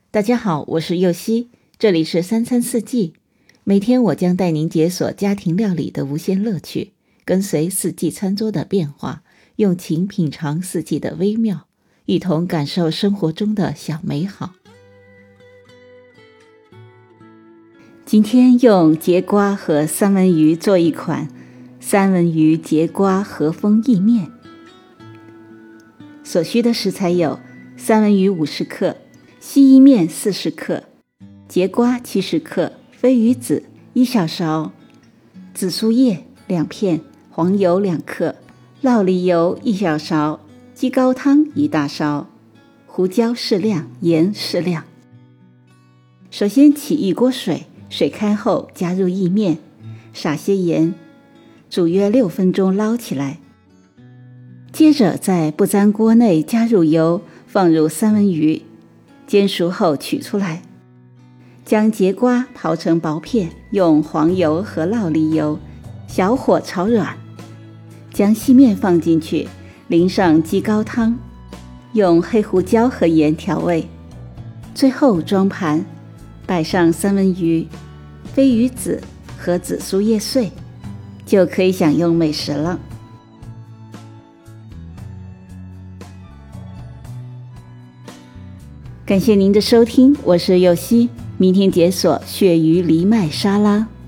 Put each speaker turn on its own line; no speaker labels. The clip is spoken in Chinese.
大家好，我是柚希，这里是三餐四季。每天我将带您解锁家庭料理的无限乐趣，跟随四季餐桌的变化，用情品尝四季的微妙，一同感受生活中的小美好。今天用节瓜和三文鱼做一款三文鱼节瓜和风意面。所需的食材有三文鱼50克、细意面40克、节瓜70克、飞鱼子1小勺、紫苏叶2片、黄油2克、酪梨油1小勺、鸡高汤1大勺、胡椒适量、盐适量。首先起一锅水，水开后加入意面，撒些盐，煮约6分钟，捞起来。接着在不粘锅内加入油，放入三文鱼，煎熟后取出来。将节瓜刨成薄片，用黄油和酪梨油小火炒软，将细面放进去，淋上鸡高汤，用黑胡椒和盐调味。最后装盘，摆上三文鱼、飞鱼子和紫苏叶碎，就可以享用美食了。感谢您的收听，我是柚希，明天解锁鳕鱼藜麦沙拉。